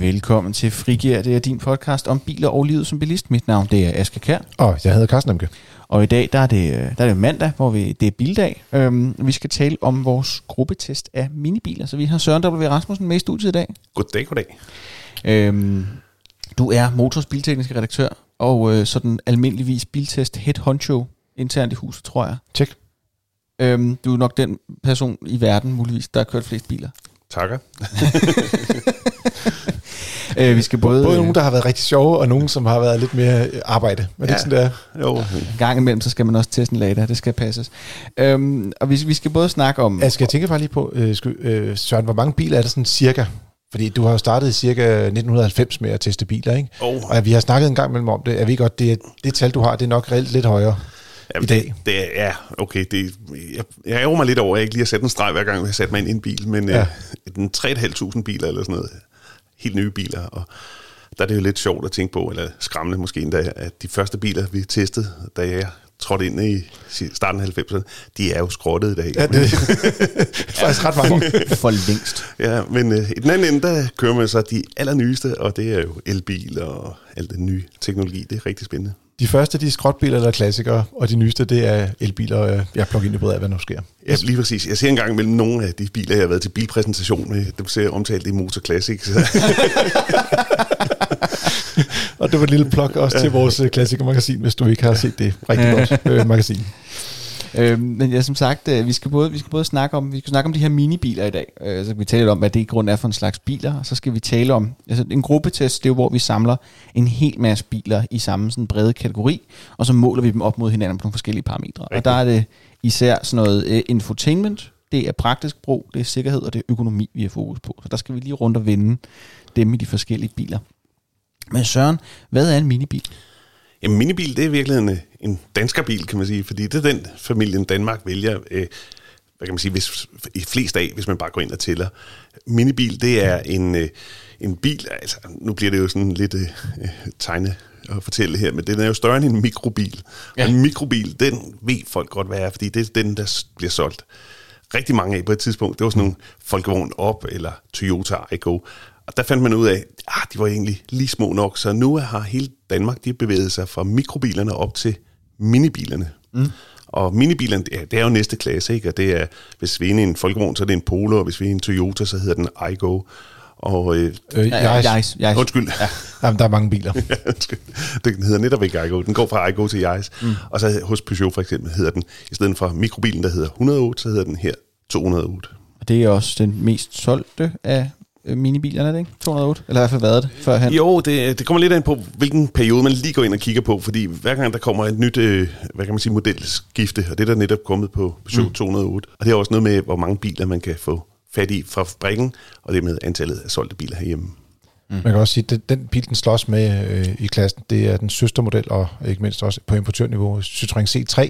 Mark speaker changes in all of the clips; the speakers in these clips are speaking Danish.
Speaker 1: Velkommen til Frigir. Det er din podcast om biler og livet som bilist. Mit navn det er Asger Kjær.
Speaker 2: Og jeg hedder Carsten Emke.
Speaker 1: Og i dag der er det mandag, hvor det er bildag. Vi skal tale om vores gruppetest af minibiler. Så vi har Søren W. Rasmussen med i studiet i dag.
Speaker 3: Goddag.
Speaker 1: Du er Motors biltekniske redaktør og sådan almindeligvis biltest head honcho internt i huset, tror jeg.
Speaker 2: Tjek.
Speaker 1: Du er nok den person i verden, muligvis, der har kørt flest biler.
Speaker 3: Takker.
Speaker 1: Vi skal både
Speaker 2: nogen, der har været rigtig sjove, og nogen, som har været lidt mere arbejde. Men det er sådan, der.
Speaker 3: Jo.
Speaker 1: En gang imellem, så skal man også teste en Lada. Det skal passes. Og vi skal både snakke om...
Speaker 2: Jeg skal tænke bare lige på, Søren, hvor mange biler er der sådan cirka? Fordi du har jo startet i cirka 1990 med at teste biler, ikke? Og vi har snakket en gang imellem om det. Jeg ved godt, det tal, du har, det er nok reelt lidt højere.
Speaker 3: Jamen, i dag. Jeg ærger mig lidt over, at jeg ikke lige har sat en streg hver gang, jeg har sat mig ind i en bil, men den 3.500 biler eller sådan noget, helt nye biler, og der er det jo lidt sjovt at tænke på, eller skræmmende måske endda, at de første biler, vi testede, da jeg trådte ind i starten af 90'erne, de er jo skrottet i dag.
Speaker 2: Ja, det er faktisk ret mange.
Speaker 1: For længst.
Speaker 3: Ja, men i den anden ende, der kører man så de allernyeste, og det er jo elbiler og al den nye teknologi. Det er rigtig spændende.
Speaker 2: De første, de er skrotbiler, der er klassikere, og de nyeste, det er elbiler, jeg plug-in hybrid af, hvad nu sker.
Speaker 3: Ja, lige præcis. Jeg ser engang mellem nogle af de biler, jeg har været til bilpræsentation med, dem ser jeg omtalt i Motor Classic.
Speaker 2: Og det var et lille plug også til vores klassikermagasin, hvis du ikke har set det. Rigtig godt magasin.
Speaker 1: Men ja, som sagt, vi skal både snakke om de her minibiler i dag. Så kan vi tale om, hvad det i grund er for en slags biler. Og så skal vi tale om en gruppetest. Det er jo, hvor vi samler en hel masse biler i samme sådan brede kategori, og så måler vi dem op mod hinanden på nogle forskellige parametre. Og der er det især sådan noget infotainment, det er praktisk brug, det er sikkerhed, og det er økonomi, vi har fokus på. Så der skal vi lige rundt og vende dem i de forskellige biler. Men Søren, hvad er en minibil?
Speaker 3: Jamen, minibil, det er virkelig en danskerbil, kan man sige, fordi det er den familien Danmark vælger, hvad kan man sige, i flest af, hvis man bare går ind og tæller. Minibil, det er en bil, altså nu bliver det jo sådan lidt tegne at fortælle her, men den er jo større end en mikrobil. Ja. Og en mikrobil, den ved folk godt, hvad er, fordi det er den, der bliver solgt rigtig mange af på et tidspunkt. Det var sådan nogle Folkevogn Op eller Toyota Aygo. Og der fandt man ud af, at de var egentlig lige små nok, så nu har hele Danmark de bevæget sig fra mikrobilerne op til minibilerne. Mm. Og minibilerne, det er jo næste klasse, ikke? Og det er, hvis vi er en Folkevogn, så er det en Polo, og hvis vi er en Toyota, så hedder den Aygo. Og
Speaker 1: Yaris.
Speaker 3: Undskyld.
Speaker 2: Ja. Jamen, der er mange biler.
Speaker 3: Ja, undskyld. Den hedder netop ikke Aygo. Den går fra Aygo til Yaris. Mm. Og så hos Peugeot for eksempel hedder den, i stedet for mikrobilen, der hedder 108, så hedder den her 208.
Speaker 1: Og det er også den mest solgte af minibilerne, er det ikke? 208? Eller i hvert fald været det førhen?
Speaker 3: Jo, det kommer lidt an på, hvilken periode man lige går ind og kigger på, fordi hver gang der kommer et nyt, hvad kan man sige, modelskifte, og det er der netop kommet på Peugeot 208, og det er også noget med, hvor mange biler man kan få fat i fra fabrikken, og det med antallet af solgte biler herhjemme.
Speaker 2: Man kan også sige, at den bil, den slås med i klassen, det er den søstermodel, og ikke mindst også på importørniveau, Citroën C3,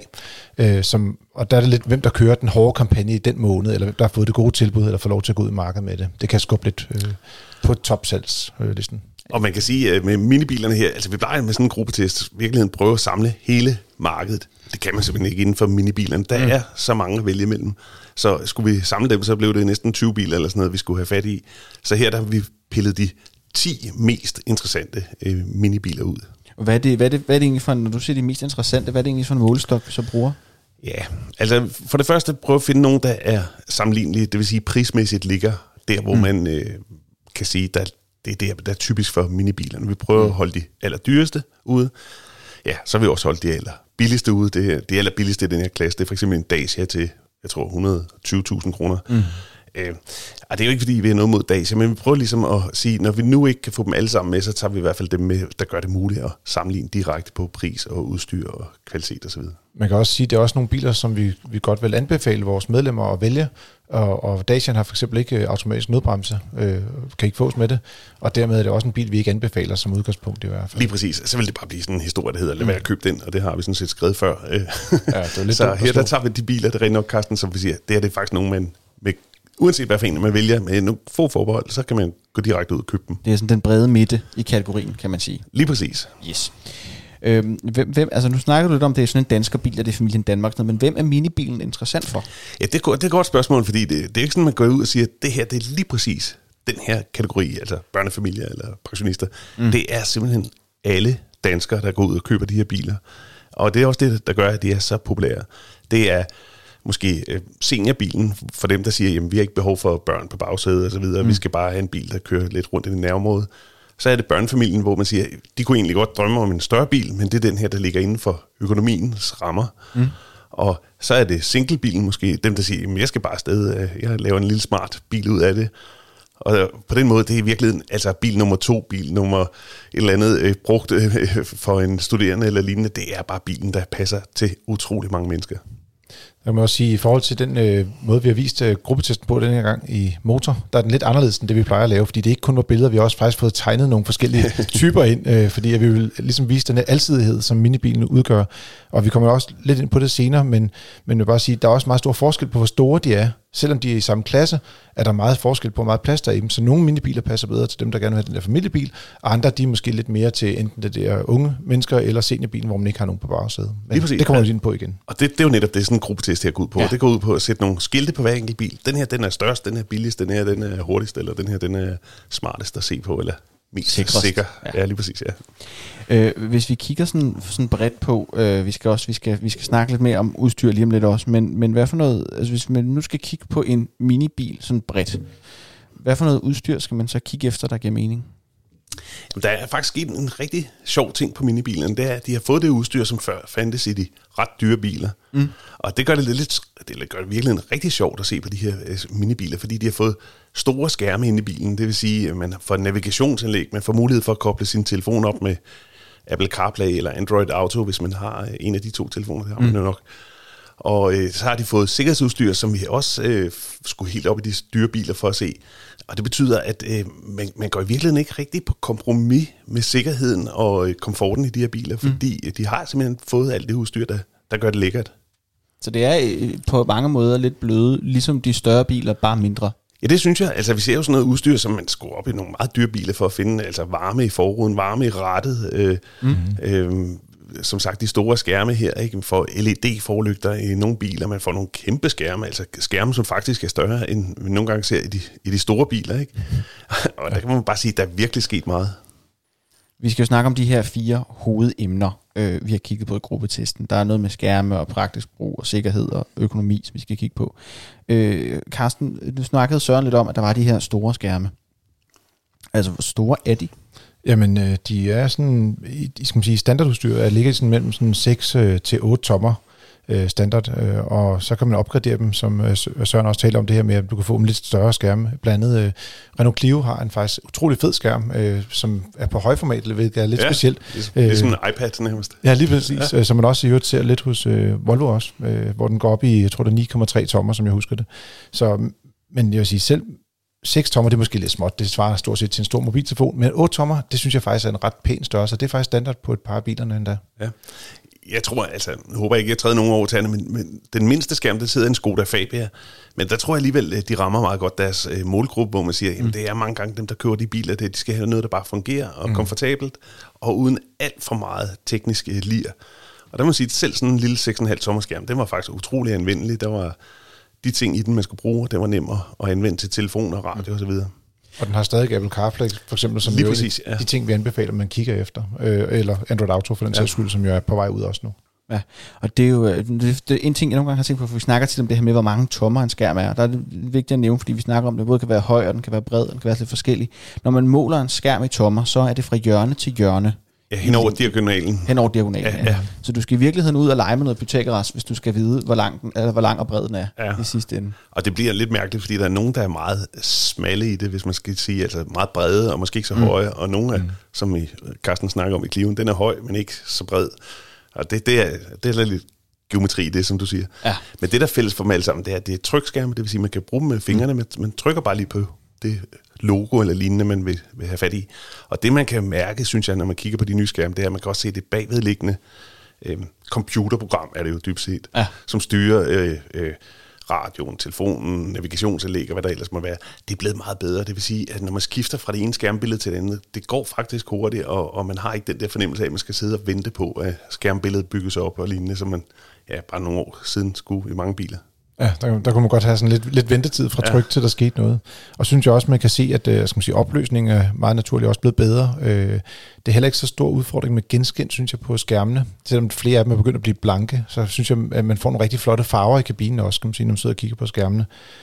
Speaker 2: og der er det lidt, hvem der kører den hårde kampagne i den måned, eller hvem der har fået det gode tilbud, eller får lov til at gå ud i markedet med det. Det kan skubbe lidt på topsalgslisten.
Speaker 3: Og man kan sige, at med minibilerne her, altså vi plejer med sådan en gruppetest, virkeligheden prøve at samle hele markedet. Det kan man simpelthen ikke inden for minibilerne. Der er så mange at vælge imellem. Så skulle vi samle dem, så blev det næsten 20 biler eller sådan noget, vi skulle have fat i. Så her der har vi pillet de 10 mest interessante minibiler ud.
Speaker 1: Hvad er det egentlig for, når du siger de mest interessante, hvad er det egentlig for en målestok, vi så bruger?
Speaker 3: Ja, altså for det første prøve at finde nogen, der er sammenlignelige, det vil sige prismæssigt ligger der, hvor man kan sige, det er der er typisk for minibilerne. Vi prøver at holde de allerdyreste ude. Ja, så har vi også holdt de allerbilligste ude. Det allerbilligste i den her klasse, det er for eksempel en Dacia til, jeg tror, 120.000 kroner. Og det er jo ikke, fordi vi har noget mod Dacia, men vi prøver ligesom at sige, når vi nu ikke kan få dem alle sammen med, så tager vi i hvert fald dem med, der gør det muligt at sammenligne direkte på pris og udstyr og kvalitet osv.
Speaker 2: Man kan også sige, at det er også nogle biler, som vi godt vil anbefale vores medlemmer at vælge, og Dacia'en har for eksempel ikke automatisk nødbremse, kan ikke fås med det, og dermed er det også en bil, vi ikke anbefaler som udgangspunkt i hvert fald.
Speaker 3: Lige præcis, så vil det bare blive sådan en historie, der hedder, lad være at købe den, og det har vi sådan set skrevet før.
Speaker 2: Ja, det er lidt
Speaker 3: så her der tager vi de biler, der rent nok, Carsten, som vi siger, det er det faktisk nogen, man med uanset hvad for en man vælger, med nogle få forbehold, så kan man gå direkte ud og købe dem.
Speaker 1: Det er sådan den brede midte i kategorien, kan man sige.
Speaker 3: Lige præcis.
Speaker 1: Yes. Altså nu snakker du lidt om, det er sådan en danskerbil, og det er familien Danmark, men hvem er minibilen interessant for?
Speaker 3: Ja, det er et godt spørgsmål, fordi det er ikke sådan, man går ud og siger, at det her det er lige præcis den her kategori, altså børnefamilier eller pensionister, det er simpelthen alle danskere, der går ud og køber de her biler. Og det er også det, der gør, at de er så populære. Det er måske seniorbilen for dem, der siger, jamen vi har ikke behov for børn på bagsædet og så videre, vi skal bare have en bil, der kører lidt rundt i det nærområde. Så er det børnefamilien, hvor man siger, de kunne egentlig godt drømme om en større bil, men det er den her, der ligger inden for økonomiens rammer. Og så er det singlebilen måske, dem der siger, jamen jeg skal bare afsted, jeg laver en lille smart bil ud af det. Og på den måde, det er i virkeligheden, altså bil nummer 2, bil nummer et eller andet brugt for en studerende eller lignende, det er bare bilen, der passer til utrolig mange mennesker.
Speaker 2: Jeg må også sige, i forhold til den måde, vi har vist gruppetesten på den her gang i Motor, der er den lidt anderledes end det, vi plejer at lave, fordi det ikke kun var billeder, vi har også faktisk fået tegnet nogle forskellige typer ind, fordi vi vil ligesom vise den her alsidighed, som minibilen udgør. Og vi kommer også lidt ind på det senere, men jeg vil bare sige, der er også meget stor forskel på, hvor store de er. Selvom de er i samme klasse, er der meget forskel på, hvor meget plads der er i dem. Så nogle minibiler passer bedre til dem, der gerne vil have den der familiebil, og andre de er måske lidt mere til enten det der unge mennesker eller seniorbilen, hvor man ikke har nogen på bagsædet. Men det kommer vi ind på igen.
Speaker 3: Og det er jo netop det, sådan en gruppetest her går ud på. Ja. Det går ud på at sætte nogle skilte på hver enkelt bil. Den her, den er størst, den her billigst, den her, den er hurtigst, eller den her, den er smartest at se på, eller mest sikker. Ja, lige præcis, ja.
Speaker 1: Hvis vi kigger sådan bredt på, vi skal snakke lidt mere om udstyr lige om lidt også, men hvad for noget, altså hvis man nu skal kigge på en minibil sådan bredt, hvad for noget udstyr skal man så kigge efter, der giver mening?
Speaker 3: Jamen, der er faktisk sket en rigtig sjov ting på minibilerne, det er, at de har fået det udstyr, som før fandtes i de ret dyre biler. Og det gør det gør det virkelig rigtig sjovt at se på de her minibiler, fordi de har fået store skærme inde i bilen. Det vil sige, at man får navigationsanlæg, man får mulighed for at koble sin telefon op med Apple CarPlay eller Android Auto, hvis man har en af de 2 telefoner, det har man jo nok. Og så har de fået sikkerhedsudstyr, som vi også skulle helt op i de dyre biler for at se. Og det betyder, at man går i virkeligheden ikke rigtig på kompromis med sikkerheden og komforten i de her biler, fordi de har simpelthen fået alt det udstyr, der gør det lækkert.
Speaker 1: Så det er på mange måder lidt bløde, ligesom de større biler, bare mindre.
Speaker 3: Ja, det synes jeg. Altså, vi ser jo sådan noget udstyr, som man skruer op i nogle meget dyre biler for at finde altså varme i forruden, varme i rattet. Som sagt, de store skærme her, ikke? For LED-forlygter i nogle biler, man får nogle kæmpe skærme, altså skærme, som faktisk er større, end vi nogle gange ser i de store biler, ikke? Og der kan man bare sige, at der er virkelig sket meget.
Speaker 1: Vi skal jo snakke om de her 4 hovedemner, vi har kigget på i gruppetesten. Der er noget med skærme og praktisk brug og sikkerhed og økonomi, som vi skal kigge på. Carsten, du snakkede Søren lidt om, at der var de her store skærme. Altså, hvor store er de?
Speaker 2: Jamen, de er sådan, skal man sige, standardudstyr ligger sådan mellem sådan 6 til 8 tommer standard, og så kan man opgradere dem, som Søren også taler om det her med, at du kan få en lidt større skærme. Blandt andet Renault Clio har en faktisk utrolig fed skærm, som er på højformat, hvilket er lidt specielt.
Speaker 3: Det er som en iPad nærmest.
Speaker 2: Ja, lige præcis, som man også i øvrigt ser lidt hos Volvo også, hvor den går op i, jeg tror det er 9,3 tommer, som jeg husker det. Så, men jeg vil sige selv, 6 tommer, det er måske lidt småt. Det svarer stort set til en stor mobiltelefon. Men 8 tommer, det synes jeg faktisk er en ret pæn størrelse. Det er faktisk standard på et par af bilerne endda. Ja.
Speaker 3: Jeg tror, altså, jeg håber ikke, jeg træder nogen over til men den mindste skærm, der sidder en Skoda Fabia. Men der tror jeg alligevel, de rammer meget godt deres målgruppe, hvor man siger, jamen det er mange gange dem, der køber de biler, de skal have noget, der bare fungerer og komfortabelt, og uden alt for meget teknisk lir. Og der må man sige, at selv sådan en lille 6,5 tommer skærm, den var faktisk utrolig anvendelig. Der var de ting i den, man skulle bruge, det var nemmere at anvende til telefon og radio og så videre.
Speaker 2: Og den har stadig Apple CarPlay, for eksempel, som jo præcis, de ting, vi anbefaler, man kigger efter. Eller Android Auto, for den sags skyld, som jo er på vej ud også nu.
Speaker 1: Ja, og det er jo det er en ting, jeg nogle gange har tænkt på, for vi snakker til om det her med, hvor mange tommer en skærm er. Der er det vigtigt at nævne, fordi vi snakker om, at det både kan være høj, og den kan være bred, og den kan være lidt forskellig. Når man måler en skærm i tommer, så er det fra hjørne til hjørne.
Speaker 3: Ja, henover diagonalen.
Speaker 1: Henover diagonalen, ja. Så du skal i virkeligheden ud og lege med noget Pythagoras, hvis du skal vide, hvor lang og bred den er i sidste ende.
Speaker 3: Og det bliver lidt mærkeligt, fordi der er nogen, der er meget smalle i det, hvis man skal sige, altså meget brede, og måske ikke så høje, og nogle af, som Carsten snakker om i Clioen, den er høj, men ikke så bred. Og det er lidt geometri, det som du siger. Ja. Men det, der er fælles for dem alle sammen, det er, at det er trykskærme, det vil sige, at man kan bruge dem med fingrene, men man trykker bare lige på det logo eller lignende, man vil have fat i. Og det, man kan mærke, synes jeg, når man kigger på de nye skærme, det er, at man kan også se det bagvedliggende computerprogram, er det jo dybt set, som styrer radioen, telefonen, navigationsanlæg og hvad der ellers må være. Det er blevet meget bedre. Det vil sige, at når man skifter fra det ene skærmbillede til det andet, det går faktisk hurtigt, og man har ikke den der fornemmelse af, at man skal sidde og vente på, at skærmbilledet bygges op og lignende, som man bare nogle år siden skulle i mange biler.
Speaker 2: Ja, der kunne man godt have sådan lidt ventetid fra tryk til der skete noget. Og synes jeg også, man kan se, at opløsningen er meget naturligt også blevet bedre. Det er heller ikke så stor udfordring med genskin, synes jeg, på skærmene. Selvom flere af dem er begyndt at blive blanke, så synes jeg, at man får nogle rigtig flotte farver i kabinen også, kan man sige, når man sidder og kigger på skærmene.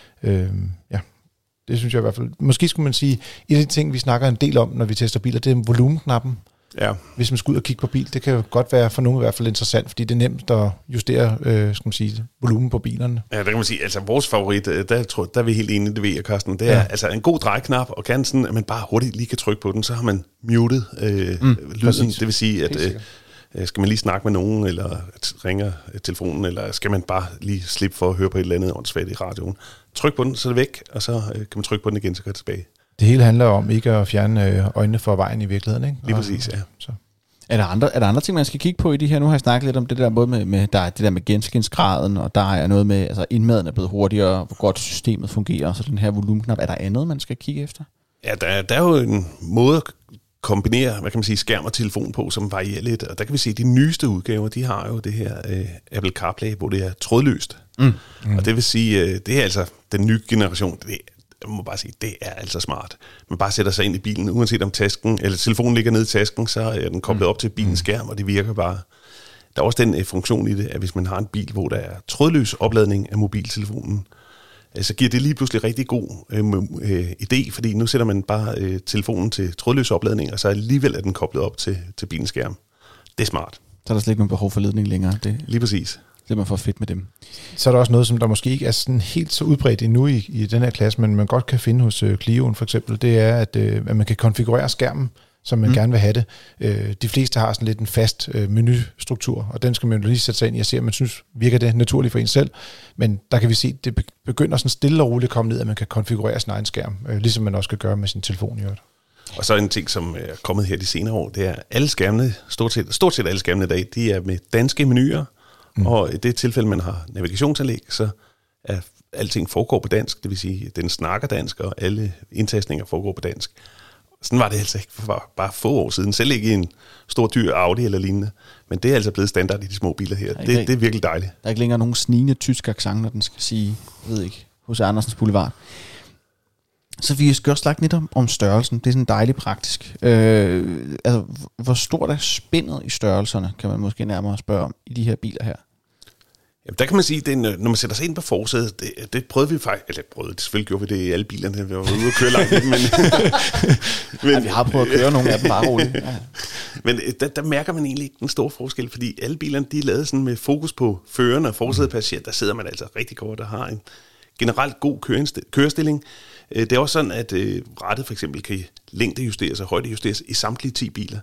Speaker 2: Ja, det synes jeg i hvert fald. Måske skulle man sige, en af de ting, vi snakker en del om, når vi tester biler, det er volumenknappen.
Speaker 3: Ja.
Speaker 2: Hvis man skal ud og kigge på bil, det kan jo godt være for nogen i hvert fald interessant, fordi det er nemt at justere volumen på bilerne.
Speaker 3: Ja, der kan man sige, altså vores favorit, der er vi helt enige, det ved jeg, Carsten, det er altså en god drejeknap, og gerne sådan, at man bare hurtigt lige kan trykke på den, så har man muted lyden. Det vil sige, at skal man lige snakke med nogen, eller ringer telefonen, eller skal man bare lige slippe for at høre på et eller andet åndssvagt i radioen. Tryk på den, så er det væk, og så kan man trykke på den igen, så går det tilbage.
Speaker 2: Det hele handler om ikke at fjerne øjnene fra vejen i virkeligheden, ikke?
Speaker 3: Lige præcis, ja.
Speaker 2: Så.
Speaker 1: Er der andre ting, man skal kigge på i de her? Nu har jeg snakket lidt om det der, både med der er det der med genskinsgraden, og der er noget med, altså indmaden er blevet hurtigere, hvor godt systemet fungerer, så den her volumenknap. Er der andet, man skal kigge efter?
Speaker 3: Ja, der er jo en måde at kombinere, hvad kan man sige, skærm og telefon på, som varierer lidt. Og der kan vi se, at de nyeste udgaver, de har jo det her Apple CarPlay, hvor det er trådløst. Og det vil sige, det er altså den nye generation, jeg må bare sige, det er altså smart. Man bare sætter sig ind i bilen, uanset om tasken eller telefonen ligger nede i tasken, så er den koblet op til bilens skærm, og det virker bare. Der er også den funktion i det, at hvis man har en bil, hvor der er trådløs opladning af mobiltelefonen, så giver det lige pludselig rigtig god idé, fordi nu sætter man bare telefonen til trådløs opladning, og så alligevel er den koblet op til bilens skærm. Det er smart.
Speaker 1: Så er der slet ikke nogen behov for ledning længere.
Speaker 3: Lige præcis.
Speaker 1: Det er man for fedt med dem.
Speaker 2: Så er der også noget, som der måske ikke er sådan helt så udbredt endnu i den her klasse, men man godt kan finde hos Clioen for eksempel, det er, at man kan konfigurere skærmen, som man gerne vil have det. De fleste har sådan lidt en fast menustruktur, og den skal man jo lige sætte sig ind i og se, om man synes, virker det naturligt for en selv. Men der kan vi se, at det begynder sådan stille og roligt at komme ned, at man kan konfigurere sin egen skærm, ligesom man også kan gøre med sin telefon i øvrigt.
Speaker 3: Og så en ting, som er kommet her de senere år, det er alle skærmene, stort set alle skærmene i dag, de er med danske menuer, og i det tilfælde, man har navigationsanlæg, så er alting foregår på dansk, det vil sige, at den snakker dansk, og alle indtastninger foregår på dansk. Sådan var det altså ikke for bare få år siden, selv ikke i en stor dyr Audi eller lignende, men det er altså blevet standard i de små biler her. Det er virkelig dejligt.
Speaker 1: Der er ikke længere nogen snigende tysk accent, når den skal sige, jeg ved ikke, hos Andersens Boulevard. Så vi skal også snakke lidt om størrelsen. Det er sådan dejligt praktisk. Altså, hvor stort er spændet i størrelserne, kan man måske nærmere spørge om i de her biler her?
Speaker 3: Jamen, der kan man sige, at når man sætter sig ind på forsædet, det prøvede vi faktisk, selvfølgelig gjorde vi det i alle bilerne, vi var ude at køre langt, men
Speaker 1: vi har prøvet at køre nogle af dem bare roligt. Ja.
Speaker 3: Men der mærker man egentlig ikke den store forskel, fordi alle bilerne, de er lavet sådan med fokus på føreren og forsædepassager, der sidder man altså rigtig godt og har en generelt god kørestilling. Det er også sådan, at rattet for eksempel kan længdejusteres og højdejusteres i samtlige 10 biler.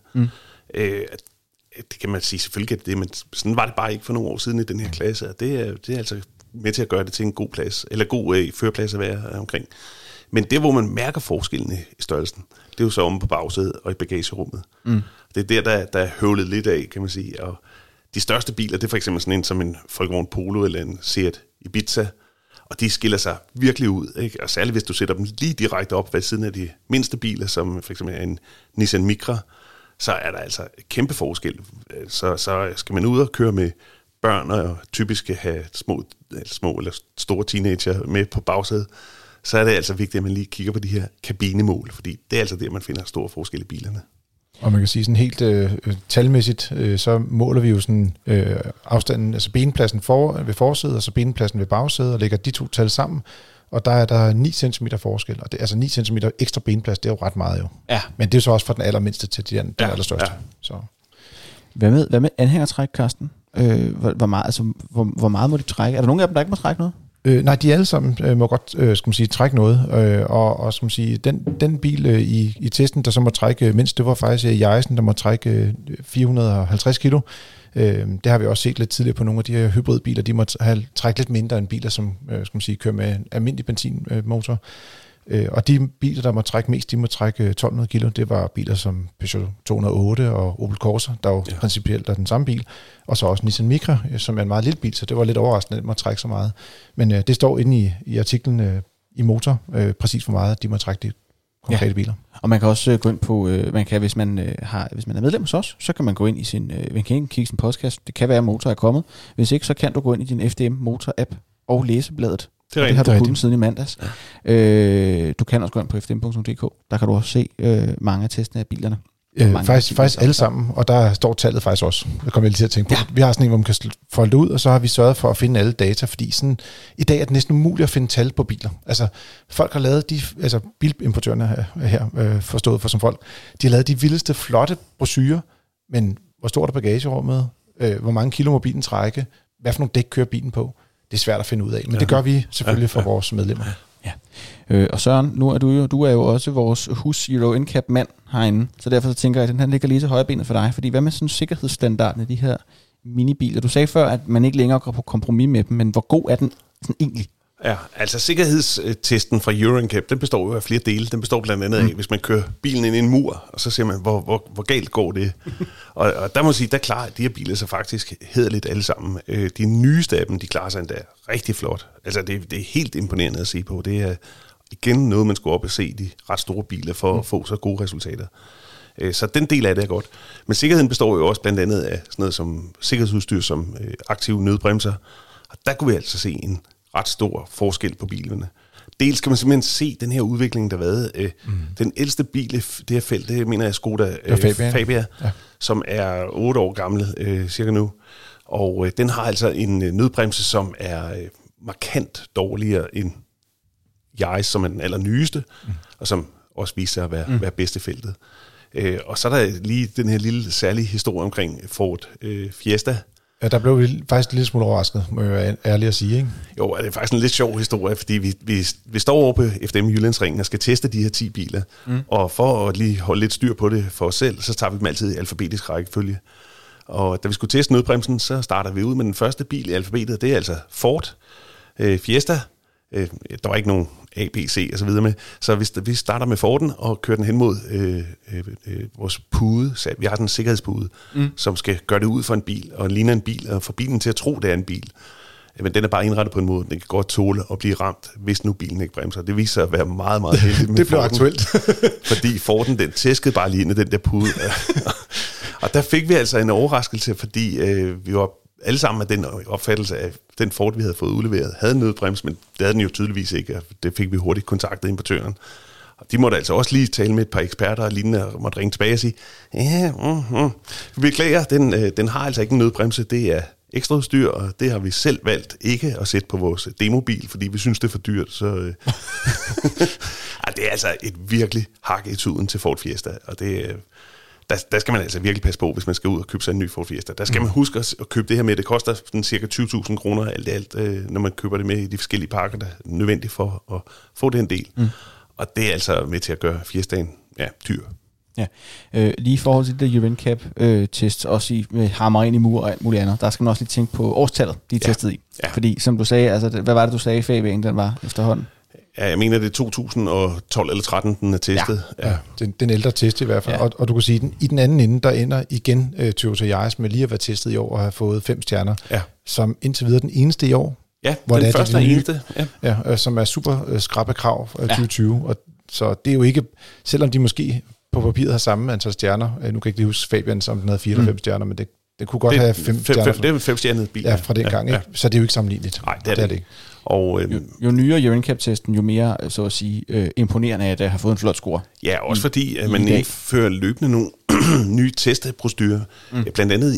Speaker 3: Det kan man sige selvfølgelig, at det, men sådan var det bare ikke for nogle år siden i den her klasse. Og det er altså med til at gøre det til en god plads, eller god førerplads at være omkring. Men det, hvor man mærker forskellen i størrelsen, det er jo så omme på bagsædet og i bagagerummet. Det er der er høvlet lidt af, kan man sige. Og de største biler, det er for eksempel sådan en som en Volkswagen Polo eller en Seat Ibiza, og de skiller sig virkelig ud, ikke? Og særligt hvis du sætter dem lige direkte op ved siden af de mindste biler, som for eksempel en Nissan Micra, så er der altså kæmpe forskel. Så skal man ud og køre med børn, og typisk have små eller store teenager med på bagsædet, så er det altså vigtigt, at man lige kigger på de her kabinemål, fordi det er altså der, man finder store forskel i bilerne.
Speaker 2: Og man kan sige sådan helt talmæssigt, så måler vi jo sådan afstanden, altså benpladsen ved forsædet, og så benpladsen ved bagsædet, og lægger de to tal sammen, og der er der 9 cm forskel, og det, altså 9 cm ekstra benplads, det er jo ret meget jo. Ja. Men det er så også fra den allermindste til den allerstørste. Ja. Så.
Speaker 1: Hvad med anhængertræk, Carsten? Hvor meget må de trække? Er der nogen af dem, der ikke må trække noget?
Speaker 2: Nej, de alle sammen må godt skal man sige, trække noget, og skal man sige, den bil i testen, der så må trække mindst, det var faktisk Jaisen, der må trække 450 kilo. Det har vi også set lidt tidligere på nogle af de her hybridbiler, de må trække lidt mindre end biler, som skal man sige, kører med almindelig benzinmotor. Og de biler, der må trække mest, de må trække 1200 kilo. Det var biler som Peugeot 208 og Opel Corsa, der jo principielt er den samme bil. Og så også Nissan Micra, som er en meget lille bil, så det var lidt overraskende, at den må trække så meget. Men det står inde i artiklen i Motor, præcis hvor meget de må trække de konkrete biler.
Speaker 1: Og man kan også gå ind på, hvis man er medlem hos os, så kan man gå ind i man kan kigge sin podcast. Det kan være, at Motor er kommet. Hvis ikke, så kan du gå ind i din FDM Motor app og Læsebladet.
Speaker 3: Det
Speaker 1: har du kunnet siden i mandags. Ja. Du kan også gå ind på fdm.dk. Der kan du også se mange af testene af bilerne.
Speaker 2: Faktisk alle sammen, og der står tallet faktisk også. Det kommer jeg lige til at tænke på. Ja. Vi har sådan en, hvor man kan folde det ud, og så har vi sørget for at finde alle data, fordi sådan, i dag er det næsten umuligt at finde tal på biler. Altså, folk har lavet bilimportørerne her forstået for som folk, de har lavet de vildeste, flotte brochurer, men hvor stort er bagagerummet, hvor mange kilo må bilen trække, hvad for nogle dæk kører bilen på, det er svært at finde ud af, men det gør vi selvfølgelig for vores medlemmer.
Speaker 1: Ja. Og Søren, nu er du er jo også vores hus Euro NCAP mand herinde, så derfor så tænker jeg, at den her ligger lige til højre benet for dig, fordi hvad med sådan sikkerhedsstandarden af de her minibiler? Du sagde før, at man ikke længere går på kompromis med dem, men hvor god er den sådan egentlig?
Speaker 3: Ja, altså sikkerhedstesten fra Euro NCAP, den består jo af flere dele. Den består blandt andet af, hvis man kører bilen ind i en mur, og så ser man, hvor galt går det. og der må jeg sige, der klarer de her biler sig faktisk hæderligt alle sammen. De nyeste af dem, de klarer sig endda rigtig flot. Altså det er helt imponerende at se på. Det er igen noget, man skulle op og se de ret store biler for at få så gode resultater. Så den del af det er godt. Men sikkerheden består jo også blandt andet af sådan noget som sikkerhedsudstyr, som aktive nødbremser. Og der kunne vi altså se en ret stor forskel på bilerne. Dels kan man simpelthen se den her udvikling, der har været. Den ældste bil i det her felt, det mener jeg Skoda Fabia, som er 8 år gammel cirka nu. Og den har altså en nødbremse, som er markant dårligere end Yaris, som er den allernyeste, og som også viser sig at være bedste feltet. Og så er der lige den her lille særlige historie omkring Ford Fiesta.
Speaker 2: Ja, der blev vi faktisk en lille smule overrasket, må jeg være ærlig at sige, ikke?
Speaker 3: Jo, det er faktisk en lidt sjov historie, fordi vi står over på FDM Jyllandsringen og skal teste de her 10 biler. Og for at lige holde lidt styr på det for os selv, så tager vi dem altid i alfabetisk rækkefølge. Og da vi skulle teste nødbremsen, så starter vi ud med den første bil i alfabetet. Det er altså Ford Fiesta. Der var ikke nogen A, B, C og så videre med. Så vi starter med Forden og kører den hen mod vores pude. Vi har den sikkerhedspude, som skal gøre det ud for en bil, og ligner en bil, og få bilen til at tro, det er en bil. Men den er bare indrettet på en måde, den kan godt tåle at blive ramt, hvis nu bilen ikke bremser. Det viser sig at være meget, meget heldigt med
Speaker 2: det blev
Speaker 3: Forden,
Speaker 2: aktuelt.
Speaker 3: fordi Forden, den tæskede bare lige ind i den der pude. Og der fik vi altså en overraskelse, fordi vi var alle sammen af den opfattelse af den Ford, vi havde fået udleveret, havde en nødbrems, men det havde den jo tydeligvis ikke, og det fik vi hurtigt kontaktet importøren. Og de måtte altså også lige tale med et par eksperter og lignende, og måtte ringe tilbage og sige, vi beklager, den har altså ikke en nødbremse, det er ekstra udstyr, og det har vi selv valgt ikke at sætte på vores demobil, fordi vi synes, det er for dyrt. Så det er altså et virkelig hak i tuden til Ford Fiesta, og det der skal man altså virkelig passe på, hvis man skal ud og købe sig en ny Ford Fiesta. Der skal man huske at købe det her med. Det koster sådan cirka 20.000 kroner alt, når man køber det med i de forskellige pakker, der er nødvendigt for at få den del. Og det er altså med til at gøre Fiestaen dyr.
Speaker 1: Ja, lige i forhold til det Euro NCAP-test, også med hammer ind i mur og alt muligt andet, der skal man også lige tænke på årstallet, de er testet i. Ja. Fordi som du sagde, altså, hvad var det, du sagde i Fabian, den var efterhånden?
Speaker 3: Ja, jeg mener, det er 2012 eller 13, den er testet.
Speaker 2: Ja. Den ældre test i hvert fald. Ja. Og du kan sige, at i den anden ende, der ender igen Toyota Yaris med lige at være testet i år og have fået 5 stjerner, som indtil videre den eneste i år.
Speaker 3: Ja, den første og eneste.
Speaker 2: Ja, som er super skrappe krav 2020. Og så det er jo ikke, selvom de måske på papiret har samme antal stjerner, nu kan jeg ikke lige huske Fabian, som den havde 4 eller 5 stjerner, men det kunne godt have 5 stjerner.
Speaker 3: Det er 5 stjernet bil.
Speaker 2: Ja, fra den gang, ikke? Så det er jo ikke sammenligneligt.
Speaker 3: Nej, det er det ikke. Og,
Speaker 1: jo nyere Euro NCAP-testen, jo mere så at sige, imponerende er det at have fået en flot score.
Speaker 3: Ja, også fordi at man indfører løbende nogle nye testprocedurer. Blandt andet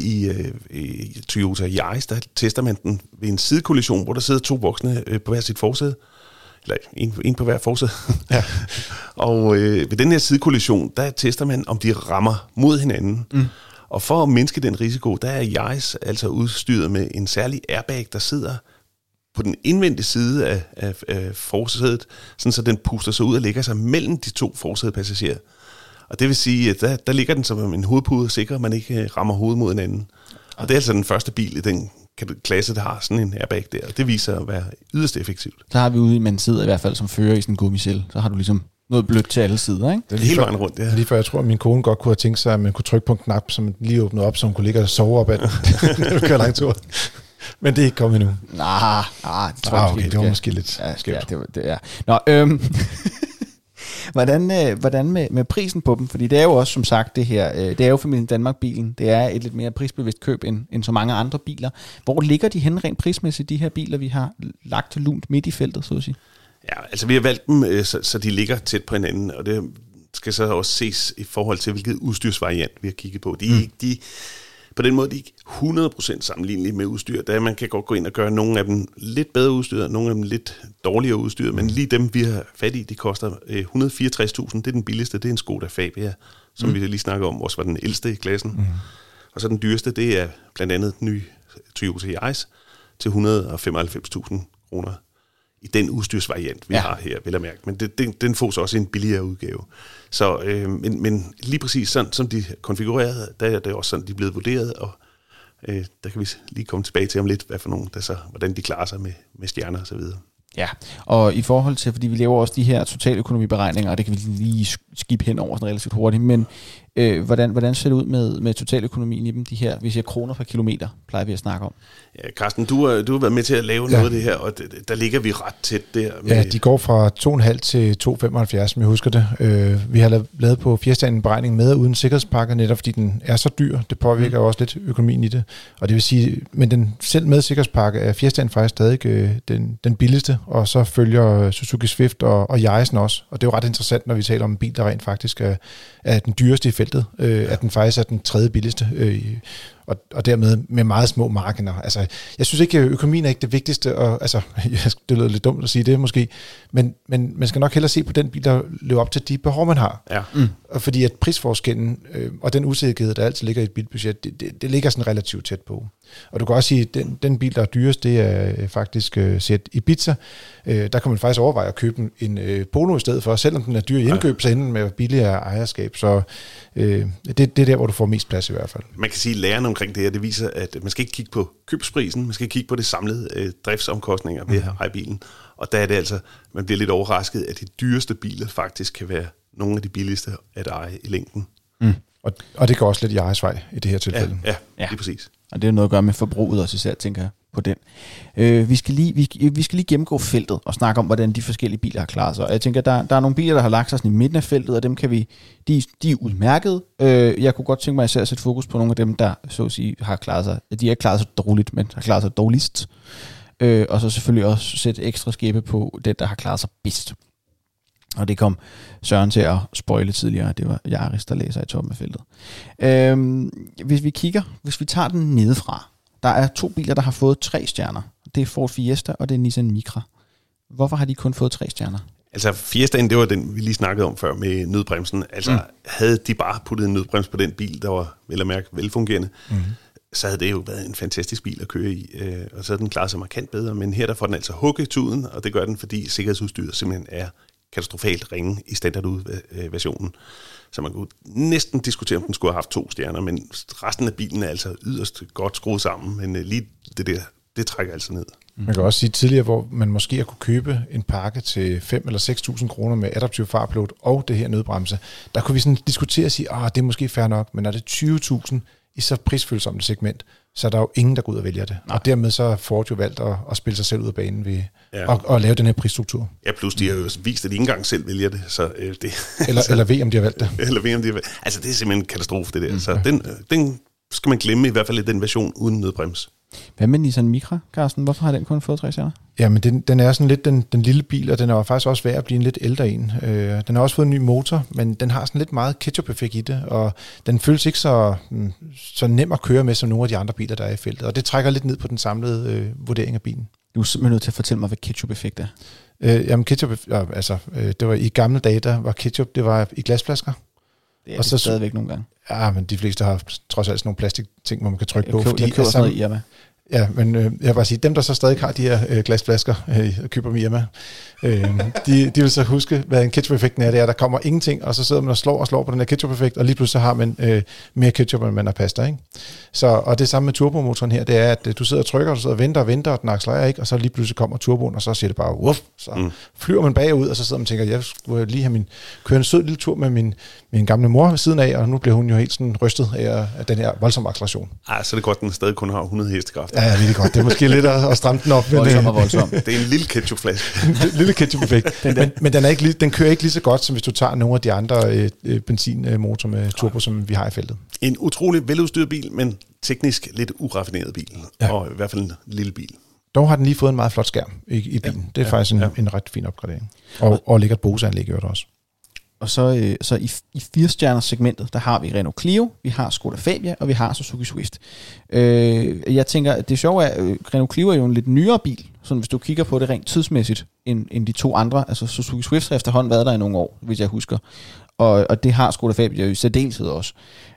Speaker 3: i Toyota Yaris, der tester man den ved en sidekollision, hvor der sidder 2 voksne på hver sit forsæde. Eller en på hver forsæde. Ja. Og ved den her sidekollision, der tester man, om de rammer mod hinanden. Og for at mindske den risiko, der er Yaris altså udstyret med en særlig airbag, der sidder på den indvendige side af forsædet, sådan så den puster sig ud og lægger sig mellem de 2 forsædepassagerer. Og det vil sige, at der ligger den som en hovedpude og sikrer, at man ikke rammer hovedet mod hinanden. Og det er altså den første bil i den klasse, der har sådan en airbag der. Og det viser at være yderst effektivt.
Speaker 1: Så har vi ude, man sidder i hvert fald som fører i sådan en gummicelle. Så har du ligesom noget blødt til alle sider, ikke?
Speaker 3: Det er hele vejen rundt, ja.
Speaker 2: Lige før jeg tror, at min kone godt kunne have tænkt sig, at man kunne trykke på en knap, som lige åbnede op, så hun kunne ligge og sove op ad den, når du kører lang tur. Men det er ikke kommet endnu.
Speaker 1: Det tror jeg
Speaker 2: okay, det var måske lidt skævt.
Speaker 1: Nå, Hvordan med prisen på dem? Fordi det er jo også, som sagt, det her, det er jo familien Danmark-bilen. Det er et lidt mere prisbevidst køb end så mange andre biler. Hvor ligger de hen rent prismæssigt, de her biler, vi har lagt til lunt midt i feltet, så at sige?
Speaker 3: Ja, altså vi har valgt dem, så de ligger tæt på hinanden, og det skal så også ses i forhold til, hvilket udstyrsvariant vi har kigget på. På den måde de er ikke 100% sammenlignelige med udstyr. Der man kan godt gå ind og gøre nogle af dem lidt bedre udstyret, nogle af dem lidt dårligere udstyret, men lige dem, vi har fat i, de koster 164.000. Det er den billigste, det er en Skoda Fabia, som vi lige snakker om, også var den ældste i klassen. Og så den dyreste, det er blandt andet den nye Toyota Yaris til 195.000 kroner. I den udstyrsvariant, vi har her, vil jeg mærke. Men den får så også en billigere udgave. Så, men lige præcis sådan, som de er konfigureret, der er det også sådan, de er blevet vurderet, og der kan vi lige komme tilbage til om lidt, hvad for nogen, hvordan de klarer sig med stjerner og så videre.
Speaker 1: Ja, og i forhold til, fordi vi laver også de her totaløkonomiberegninger, og det kan vi lige skip hen over sådan relativt hurtigt, men hvordan ser det ud med totaløkonomien i dem, de her, hvis jeg kroner per kilometer, plejer vi at snakke om?
Speaker 3: Ja, Carsten, du har været med til at lave noget af det her, og der ligger vi ret tæt der.
Speaker 2: Ja, de går fra 2,5 til 2,75, som jeg husker det. Vi har lavet på Fiestaen en beregning med uden sikkerhedspakke, netop fordi den er så dyr. Det påvirker jo også lidt økonomien i det. Og det vil sige, men den selv med sikkerhedspakke er Fiestaen faktisk stadig den billigste, og så følger Suzuki Swift og Yaris'en også. Og det er jo ret interessant, når vi taler om en bil, der rent faktisk er den dyreste i feltet, at den faktisk er den tredje billigste, og dermed med meget små marginer. Altså, jeg synes ikke, at økonomien er ikke det vigtigste, og altså, det lyder lidt dumt at sige det måske, men man skal nok hellere se på den bil, der lever op til de behov, man har. Ja. Og fordi at prisforskellen og den usikkerhed, der altid ligger i et bilbudget, det ligger sådan relativt tæt på. Og du kan også sige, at den bil, der er dyrest, det er faktisk Seat Ibiza. Der kan man faktisk overveje at købe en Polo i stedet for, selvom den er dyr i indkøb, så enden med billigere ejerskab. Så det er der, hvor du får mest plads i hvert fald.
Speaker 3: Man kan sige, at læren omkring det her, det viser, at man skal ikke kigge på købsprisen, man skal kigge på det samlede driftsomkostninger ved at eje bilen. Og der er det altså, man bliver lidt overrasket, at de dyreste biler faktisk kan være nogle af de billigste at eje i længden.
Speaker 2: Og det går også lidt i Yaris vej i det her tilfælde.
Speaker 3: Ja, lige præcis.
Speaker 1: Og det er noget at gøre med forbruget også især, tænker jeg på den. Vi skal lige gennemgå feltet og snakke om, hvordan de forskellige biler har klaret sig. Og jeg tænker, der er nogle biler, der har lagt sig sådan i midten af feltet, og dem kan vi, de er udmærket. Jeg kunne godt tænke mig især at sætte fokus på nogle af dem, der så at sige har klaret sig. De har ikke klaret sig dårligt, men har klaret sig dårligst. Og så selvfølgelig også sætte ekstra skæppe på den, der har klaret sig bedst. Og det kom Søren til at spoile tidligere. Det var Yaris, der læser i toppen af feltet. Hvis vi tager den nedefra, der er 2 biler, der har fået 3 stjerner. Det er Ford Fiesta, og det er Nissan Micra. Hvorfor har de kun fået 3 stjerner?
Speaker 3: Altså Fiestaen, det var den, vi lige snakkede om før med nødbremsen. Altså havde de bare puttet en nødbrems på den bil, der var vel at mærke velfungerende, så havde det jo været en fantastisk bil at køre i, og så havde den klaret sig markant bedre. Men her der får den altså hugget tuden, og det gør den, fordi sikkerhedsudstyret simpelthen er katastrofalt ringe i standardversionen. Så man kunne næsten diskutere, om den skulle have haft 2 stjerner, men resten af bilen er altså yderst godt skruet sammen, men lige det der, det trækker altså ned.
Speaker 2: Man kan også sige tidligere, hvor man måske har kunne købe en pakke til 5 eller 6.000 kroner med adaptiv farpilot og det her nødbremse. Der kunne vi sådan diskutere og sige, det er måske fair nok, men når det er 20.000 i så prisfølsomt et segment, så er der jo ingen, der går ud og vælger det. Nej. Og dermed så har Ford jo valgt at spille sig selv ud af banen ved at lave den her prisstruktur.
Speaker 3: Ja, plus de har jo vist, at de ikke engang selv vælger det. Så, det
Speaker 2: eller ved, om de har valgt det.
Speaker 3: Eller ved, om de har valgt. Altså, det er simpelthen en katastrofe, det der. Så den skal man glemme, i hvert fald i den version uden nødbrems.
Speaker 1: Hvad med Nissan Micra, Carsten? Hvorfor har den kun fået 3 stjerner?
Speaker 2: Jamen, den er sådan lidt den lille bil, og den er faktisk også værd at blive en lidt ældre en. Den har også fået en ny motor, men den har sådan lidt meget ketchup-effekt i det, og den føles ikke så nem at køre med, som nogle af de andre biler, der er i feltet. Og det trækker lidt ned på den samlede vurdering af bilen.
Speaker 1: Du er simpelthen nødt til at fortælle mig, hvad ketchup-effekt er.
Speaker 2: Jamen, ketchup, det var i gamle dage, der var ketchup, det var i glasflasker.
Speaker 1: Det er og så stadigvæk nogle gange.
Speaker 2: Ja, men de fleste har trods alt sådan nogle plastikting, hvor man kan trykke på.
Speaker 1: Jeg køber sådan noget i Irma.
Speaker 2: Ja, men jeg vil bare sige, dem der så stadig har de her glasflasker og køber dem i Irma, de vil så huske, hvad en ketchup-effekten er. Det er, der kommer ingenting, og så sidder man og slår på den her ketchup-effekt, og lige pludselig så har man mere ketchup, end man har pasta, ikke? Så, og det samme med turbomotoren her, det er, at du sidder og trykker, og du sidder og venter, og den accelererer ikke, og så lige pludselig kommer turboen, og så siger det bare, wuff, så flyver man bagud, og så sidder man og tænker, jeg skulle lige have køre en sød lille tur med min gamle mor ved siden af, og nu bliver hun jo helt sådan rystet af den her voldsomme acceleration.
Speaker 3: Så er det godt, den stadig kun har 100 hestekraft.
Speaker 2: Ja, det er godt. Det er måske lidt at stramme den op.
Speaker 1: Voldsom.
Speaker 3: Det er en lille ketchupflaske.
Speaker 2: En lille ketchup-effekt. Men den kører ikke lige så godt, som hvis du tager nogle af de andre benzinmotorer med turbo, som vi har i feltet.
Speaker 3: En utrolig veludstyret bil, men teknisk lidt uraffineret bil. Ja. Og i hvert fald en lille bil.
Speaker 2: Dog har den lige fået en meget flot skærm i bilen. Det er faktisk en ret fin opgradering. Og lækkert Bose-anlæg gør det også.
Speaker 1: Og så i 4-stjerners segmentet, der har vi Renault Clio, vi har Skoda Fabia, og vi har Suzuki Swift. Jeg tænker, det sjove er, at Renault Clio er jo en lidt nyere bil, så hvis du kigger på det rent tidsmæssigt, end de to andre, altså Suzuki Swift har efterhånden været der i nogle år, hvis jeg husker. Og det har Skoda Fabia jo i særdeleshed også.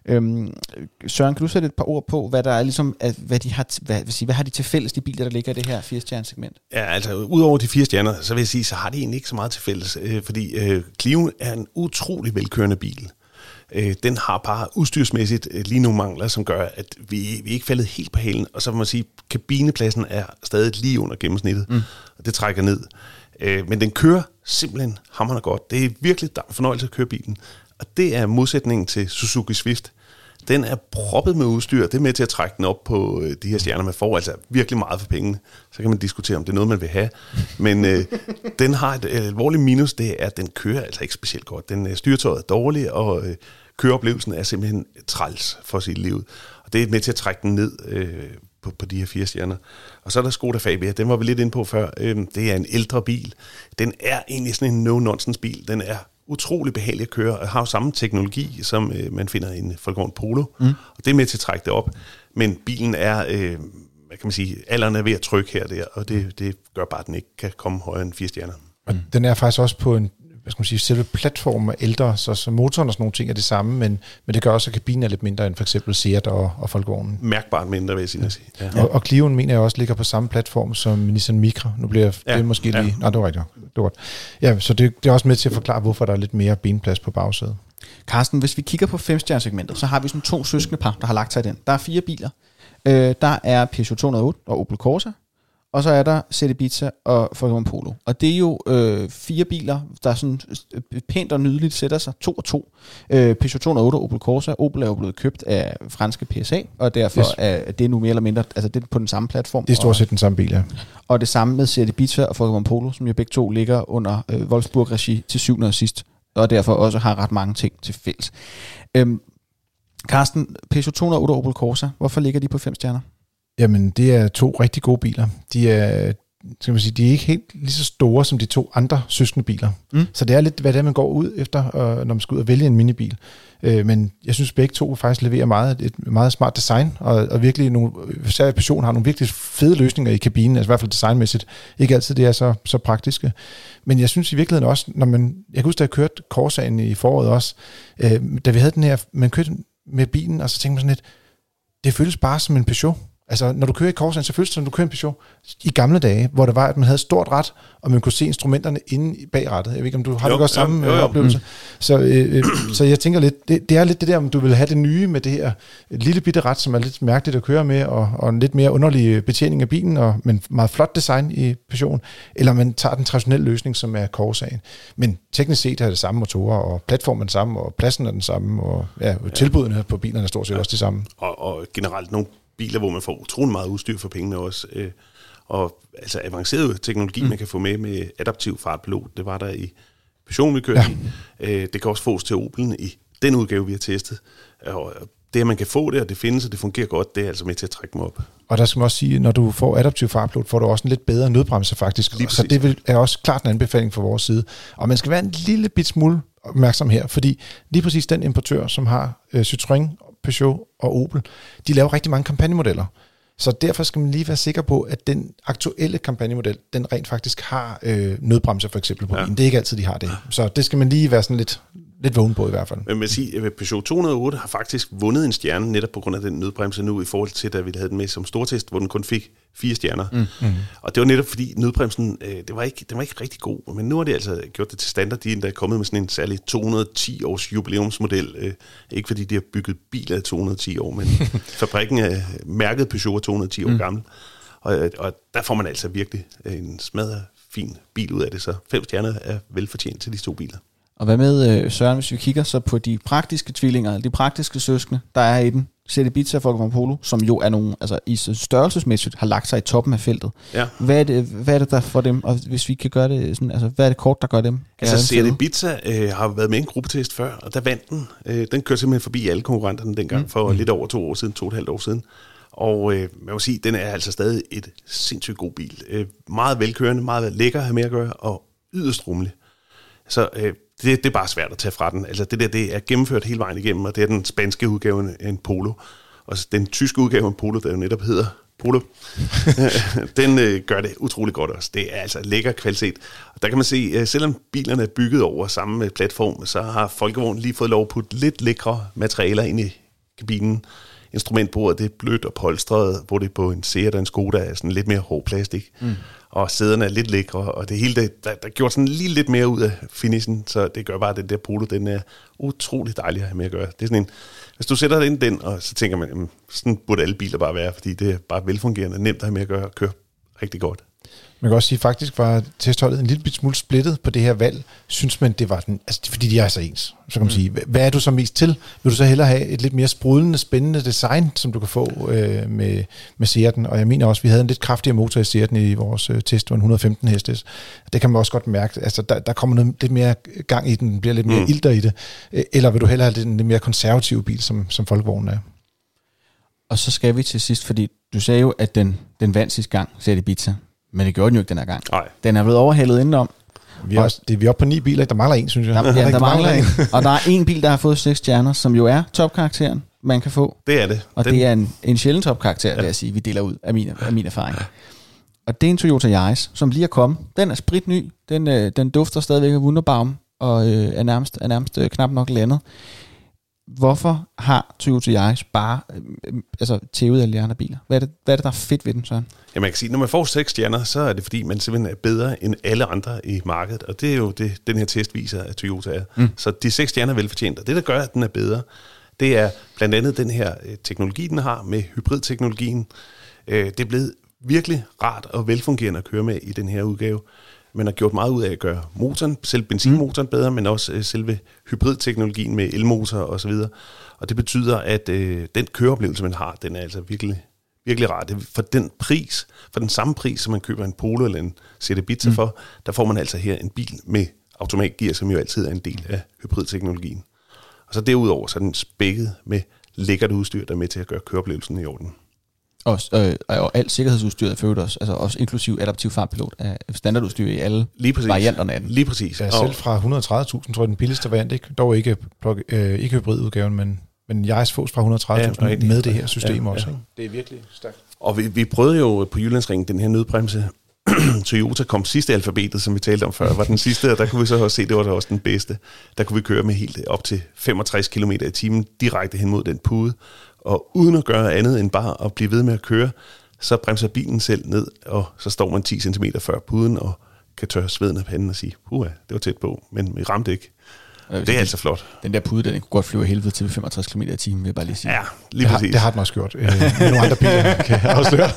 Speaker 1: Søren, kan du sætte et par ord på, hvad der er ligesom, hvad har de til fælles, de biler, der ligger i det her 4-stjerners segment?
Speaker 3: Ja, altså udover de 4 stjerner, så vil jeg sige, så har de egentlig ikke så meget til fælles, fordi Clio er en utrolig velkørende bil. Den har bare udstyrsmæssigt lige nogle mangler, som gør, at vi ikke faldet helt på hælen, og så må man sige, kabinepladsen er stadig lige under gennemsnittet, og det trækker ned. Men den kører simpelthen hamrende godt. Det er virkelig en fornøjelse at køre bilen. Og det er modsætningen til Suzuki Swift. Den er proppet med udstyr. Det er med til at trække den op på de her stjerner. Man får altså virkelig meget for pengene. Så kan man diskutere, om det er noget, man vil have. Men den har et alvorligt minus. Det er, at den kører altså ikke specielt godt. Den styretøjet er dårlig, og køreoplevelsen er simpelthen træls for sit liv. Og det er med til at trække den ned på de her 4 stjerner. Og så er der Skoda Fabia, den var vi lidt inde på før. Det er en ældre bil. Den er egentlig sådan en no-nonsense bil. Den er utrolig behagelig at køre, og har jo samme teknologi, som man finder i en Volkswagen Polo. Og det er med til at trække det op. Men bilen er, hvad kan man sige, alderen er ved at trykke her og der, og det gør bare, at den ikke kan komme højere end 4 stjerner.
Speaker 2: Og den er faktisk også på en, hvad skal man sige, selve platformen er ældre, så motoren og sådan nogle ting er det samme, men det gør også, at kabinen er lidt mindre end for eksempel Seat og Volkswagen.
Speaker 3: Mærkbart mindre, vil jeg sige.
Speaker 2: Ja. Og Clio'en mener jeg også ligger på samme platform som Nissan Micra. Nu bliver det måske lige... Nej, det var rigtigt. Det var godt. Ja, så det er også med til at forklare, hvorfor der er lidt mere benplads på bagsædet.
Speaker 1: Carsten, hvis vi kigger på 5-stjernesegmentet, så har vi sådan 2 søskendepar, der har lagt sig i den. Der er 4 biler. Der er Peugeot 208 og Opel Corsa. Og så er der Seat Ibiza og Volkswagen Polo. Og det er jo 4 biler, der sådan pænt og nydeligt sætter sig 2 og 2. Peugeot 208 og Opel Corsa. Opel er jo blevet købt af franske PSA, og derfor er det nu mere eller mindre, altså det er på den samme platform.
Speaker 2: Det er stort set den samme bil, ja.
Speaker 1: Og det samme med Seat Ibiza og Volkswagen Polo, som jo begge to ligger under Wolfsburg-regi til syvende og sidst, og derfor også har ret mange ting til fælles. Carsten, Peugeot 208 og Opel Corsa, hvorfor ligger de på 5 stjerner?
Speaker 2: Jamen, det er 2 rigtig gode biler. De er, skal man sige, de er ikke helt lige så store som de 2 andre søskendebiler. Så det er lidt, hvad det er, man går ud efter, når man skal ud og vælge en minibil. Men jeg synes, begge 2 faktisk leverer et meget smart design, og virkelig nogle, særligt Peugeot har nogle virkelig fede løsninger i kabinen, altså i hvert fald designmæssigt. Ikke altid det er så praktiske. Men jeg synes i virkeligheden også, jeg kan huske, da jeg kørte Corsaen i foråret også, da vi havde den her, man kørte med bilen, og så tænkte man sådan lidt, det føles bare som en Peugeot. Altså, når du kører i Corsaen, så føles det som, du kører en Peugeot i gamle dage, hvor det var, at man havde stort rat, og man kunne se instrumenterne inde bag rattet. Jeg ved ikke, om du har det også samme oplevelse. Så jeg tænker lidt, det er lidt det der, om du vil have det nye med det her lille bitte rat, som er lidt mærkeligt at køre med, og en lidt mere underlig betjening af bilen, men meget flot design i Peugeot, eller man tager den traditionelle løsning, som er Corsaen. Men teknisk set er det samme motorer, og platformen er den samme, og pladsen er den samme, og tilbudene på bilerne er stort set også de samme.
Speaker 3: Og generelt nogle biler, hvor man får utrolig meget udstyr for pengene også, og altså avanceret teknologi, man kan få med adaptiv fartpilot, det var der i Peugeot, vi kørte i. Det kan også fås til Opel'en i den udgave, vi har testet. Og det, at man kan få det, og det findes, og det fungerer godt, det er altså med til at trække dem op.
Speaker 2: Og der skal man også sige, når du får adaptiv fartpilot, får du også en lidt bedre nødbremse faktisk. Så det er også klart en anbefaling fra vores side. Og man skal være en lille bit smule opmærksom her, fordi lige præcis den importør, som har Citroën, Peugeot og Opel, de laver rigtig mange kampagnemodeller. Så derfor skal man lige være sikker på, at den aktuelle kampagnemodel, den rent faktisk har nødbremser for eksempel på bilen. Det er ikke altid, de har det. Så det skal man lige være sådan lidt vågen på i hvert fald.
Speaker 3: Men man siger, at Peugeot 208 har faktisk vundet en stjerne netop på grund af den nødbremse nu, i forhold til, da vi havde den med som stortest, hvor den kun fik 4 stjerner. Og det var netop fordi nødbremsen, den var ikke rigtig god, men nu har de altså gjort det til standard. De er kommet med sådan en særlig 210 års jubilæumsmodel. Ikke fordi de har bygget biler af 210 år, men fabrikken er mærket Peugeot 210 år gammel. Og der får man altså virkelig en smadret fin bil ud af det, så 5 stjerner er velfortjent til de 2 biler.
Speaker 1: Og hvad med, Søren, hvis vi kigger så på de praktiske tvillinger, de praktiske søskende, der er i den? Seat Ibiza og Volkswagen Polo, som jo er nogle, altså i størrelsesmæssigt har lagt sig i toppen af feltet.
Speaker 3: Ja.
Speaker 1: Hvad er det der for dem, og hvis vi kan gøre det sådan, altså hvad er det kort, der gør dem?
Speaker 3: Altså Seat Ibiza har været med i en gruppetest før, og der vandt den. Den kørte simpelthen forbi alle konkurrenterne dengang for lidt over 2 år siden, 2,5 år siden. Og man må sige, den er altså stadig et sindssygt god bil. Meget velkørende, meget lækker at have med at gøre, og yderst rummelig. Så det er bare svært at tage fra den. Altså det er gennemført hele vejen igennem, og det er den spanske udgave af en Polo. Og den tyske udgave af en Polo, der jo netop hedder Polo, den gør det utrolig godt også. Det er altså lækker kvalitet. Og der kan man se, selvom bilerne er bygget over samme platform, så har Folkevogn lige fået lov at putte lidt lækre materialer ind i kabinen. Instrumentbordet, det er blødt og polstret, hvor det på en Seat og en Skoda er sådan lidt mere hård plastik. Og sæderne er lidt lækre, og det hele, der gjort sådan lige lidt mere ud af finishen, så det gør bare, at den der Polo, den er utrolig dejlig at have med at gøre. Det er sådan en, hvis du sætter dig ind i den, og så tænker man, jamen, sådan burde alle biler bare være, fordi det er bare velfungerende, nemt at have med at gøre, og køre rigtig godt.
Speaker 2: Man kan også sige, at faktisk var testholdet en lille smule splittet på det her valg. Synes man, det var den, altså fordi de er så ens. Så kan man sige, hvad er du så mest til? Vil du så hellere have et lidt mere sprudlende, spændende design, som du kan få med Seat'en? Og jeg mener også, at vi havde en lidt kraftigere motor i Seat'en i vores test, var en 115 hestes. Det kan man også godt mærke. Altså, der kommer noget lidt mere gang i den, bliver lidt mere ilter i det. Eller vil du hellere have den lidt mere konservative bil, som Folkevognen er? Og
Speaker 1: så skal vi til sidst, fordi du sagde jo, at den vandt sidste gang, Seat Ibiza. Men det gjorde den jo ikke den her gang.
Speaker 3: Nej.
Speaker 1: Den er blevet overhældet indenom.
Speaker 2: Vi er oppe på 9 biler, der mangler en, synes jeg.
Speaker 1: Der mangler en. Og der er en bil, der har fået 6 stjerner, som jo er topkarakteren, man kan få.
Speaker 3: Det er det.
Speaker 1: Og det er en sjælden topkarakter, vil jeg sige, vi deler ud af min erfaring. Og det er en Toyota Yaris, som lige er kommet. Den er spritny. Den dufter stadigvæk af Wunderbaum, og er nærmest knap nok landet. Hvorfor har Toyota Yaris bare tævet alle de andre biler? Hvad er det, der er fedt ved den, Søren?
Speaker 3: Ja, man kan sige, når man får 6 stjerner, så er det fordi, man simpelthen er bedre end alle andre i markedet. Og det er jo det, den her test viser, at Toyota er. Så de 6 stjerner er velfortjent. Og det, der gør, at den er bedre, det er blandt andet den her teknologi, den har med hybridteknologien. Det er blevet virkelig rart og velfungerende at køre med i den her udgave. Man har gjort meget ud af at gøre motoren, selv benzinmotoren bedre, men også selve hybridteknologien med elmotor og så videre. Og det betyder, at den køreoplevelse, man har, den er altså virkelig, virkelig rar. For den samme pris, som man køber en Polo eller en Seat Ibiza for, der får man altså her en bil med automatgear, som jo altid er en del af hybridteknologien. Og så derudover, så er den spækket med lækkert udstyr, der er med til at gøre køreoplevelsen i orden.
Speaker 1: Og alt sikkerhedsudstyret er ført også, altså også inklusiv adaptiv fartpilot af standardudstyr i alle varianterne af den.
Speaker 3: Lige præcis.
Speaker 2: Ja, selv fra 130.000, tror jeg, den billigste variant, ikke? Dog ikke hybridudgaven, men jeg fås fra 130.000 med det her system også. Ikke?
Speaker 3: Det er virkelig stærkt. Og vi prøvede jo på Jyllandsringen den her nødbremse. Toyota kom sidste alfabetet, som vi talte om før, var den sidste, og der kunne vi så også se, det var også den bedste. Der kunne vi køre med helt op til 65 km i timen direkte hen mod den pude, og uden at gøre andet end bare at blive ved med at køre, så bremser bilen selv ned, og så står man 10 cm før puden, og kan tørre sveden af panden og sige, det var tæt på, men vi ramte ikke. Det er altså flot.
Speaker 1: Den der pude, den kunne godt flyve helvede til 65 km i timen, vil jeg bare lige sige.
Speaker 3: Ja, lige præcis.
Speaker 2: Det har den også gjort. Nogle andre biler kan jeg afsløre.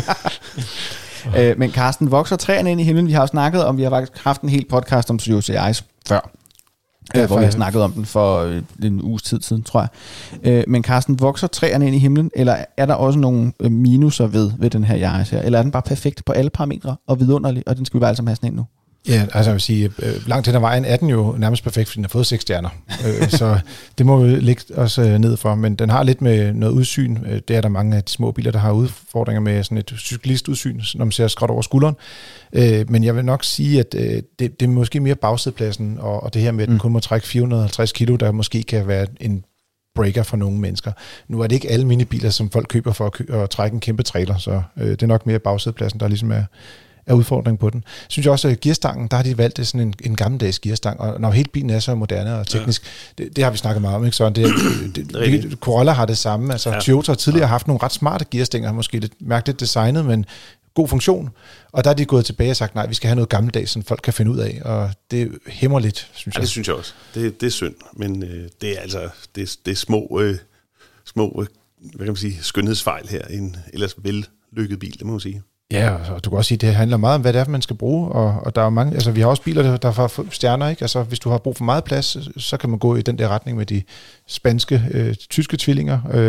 Speaker 1: Men Carsten, vokser træerne ind i himlen? Vi har jo snakket om, vi har faktisk haft en hel podcast om Toyota Yaris før. Hvor vi har snakket om den for en uges tid siden, tror jeg. Men Carsten, vokser træerne ind i himlen, eller er der også nogle minuser ved den her Yaris her? Eller er den bare perfekt på alle parametre og vidunderlig, og den skal vi bare alle sammen have sådan ind nu?
Speaker 2: Ja, altså jeg vil sige, langt hen ad vejen er den jo nærmest perfekt, fordi den har fået 6 stjerner. Så det må vi lægge os ned for. Men den har lidt med noget udsyn. Det er der mange af de små biler, der har udfordringer med sådan et cyklistudsyn, når man ser skråt over skulderen. Men jeg vil nok sige, at det er måske mere bagsædepladsen, og det her med, at den kun må trække 450 kilo, der måske kan være en breaker for nogle mennesker. Nu er det ikke alle minibiler, som folk køber for at trække en kæmpe trailer, så det er nok mere bagsædepladsen, der ligesom er udfordring på den. Synes jeg også, at gearstangen, der har de valgt sådan en gammeldags gearstang, og når hele bilen er så moderne og teknisk, det har vi snakket meget om, ikke? Så Corolla har det samme, altså Toyota har tidligere haft nogle ret smarte gearstænger, måske lidt mærkeligt designet, men god funktion, og der er de gået tilbage og sagt, nej, vi skal have noget gammeldags, som folk kan finde ud af, og det hæmmer lidt, synes jeg.
Speaker 3: Det synes jeg også. Det er synd, men det er altså det er små hvad kan man sige, skønhedsfejl her, en ellers vellykket bil, det må man sige.
Speaker 2: Ja, og du kan også sige, at det handler meget om, hvad det er, man skal bruge, og der er mange, altså vi har også biler, der får stjerner, ikke? Altså hvis du har brug for meget plads, så kan man gå i den der retning med de spanske, tyske tvillinger,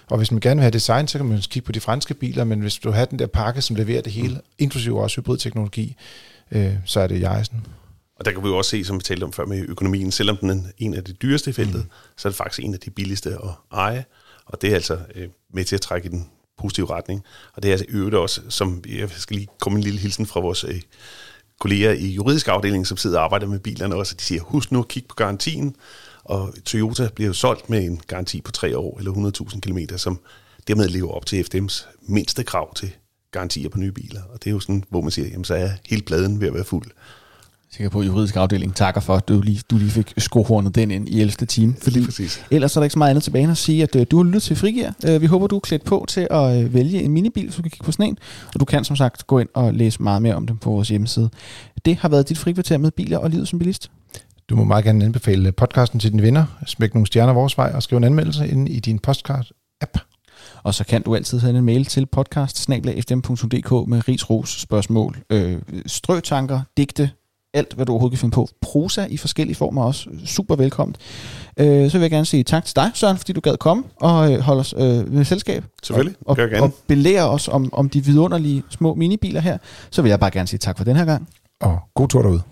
Speaker 2: Og hvis man gerne vil have design, så kan man kigge på de franske biler, men hvis du har den der pakke, som leverer det hele, inklusive også hybridteknologi, så er det Yaris'en.
Speaker 3: Og der kan vi jo også se, som vi talte om før med økonomien, selvom den er en af de dyreste i feltet, så er det faktisk en af de billigste at eje, og det er altså med til at trække i den positive retning. Og det er altså øvrigt også, som jeg skal lige komme en lille hilsen fra vores kolleger i juridisk afdeling, som sidder og arbejder med bilerne også, de siger, husk nu at kigge på garantien, og Toyota bliver jo solgt med en garanti på 3 år eller 100.000 kilometer, som dermed lever op til FDM's mindste krav til garantier på nye biler. Og det er jo sådan, hvor man siger, jamen så er hele pladen ved at være fuld.
Speaker 1: Sikker på, at juridisk afdeling takker for, at du lige fik skohornet den ind i 11. time. Fordi ellers er der ikke så meget andet tilbage at sige, at du har lyttet til Frigir. Vi håber, du er klædt på til at vælge en minibil, så du kan kigge på sådan en. Og du kan som sagt gå ind og læse meget mere om dem på vores hjemmeside. Det har været dit frikvarter med biler og livet som bilist.
Speaker 2: Du må meget gerne anbefale podcasten til dine venner. Smæk nogle stjerner vores vej og skriv en anmeldelse inde i din podcast-app.
Speaker 1: Og så kan du altid sende en mail til podcast@fdm.dk med ris, ros, spørgsmål, strøtanker, digte, alt hvad du overhovedet kan finde på. Prosa i forskellige former også. Super velkommen. Så vil jeg gerne sige tak til dig, Søren, fordi du gad komme og holde os med selskab.
Speaker 3: Selvfølgelig.
Speaker 1: Og belære os om de vidunderlige små minibiler her. Så vil jeg bare gerne sige tak for den her gang.
Speaker 2: Og god tur derude.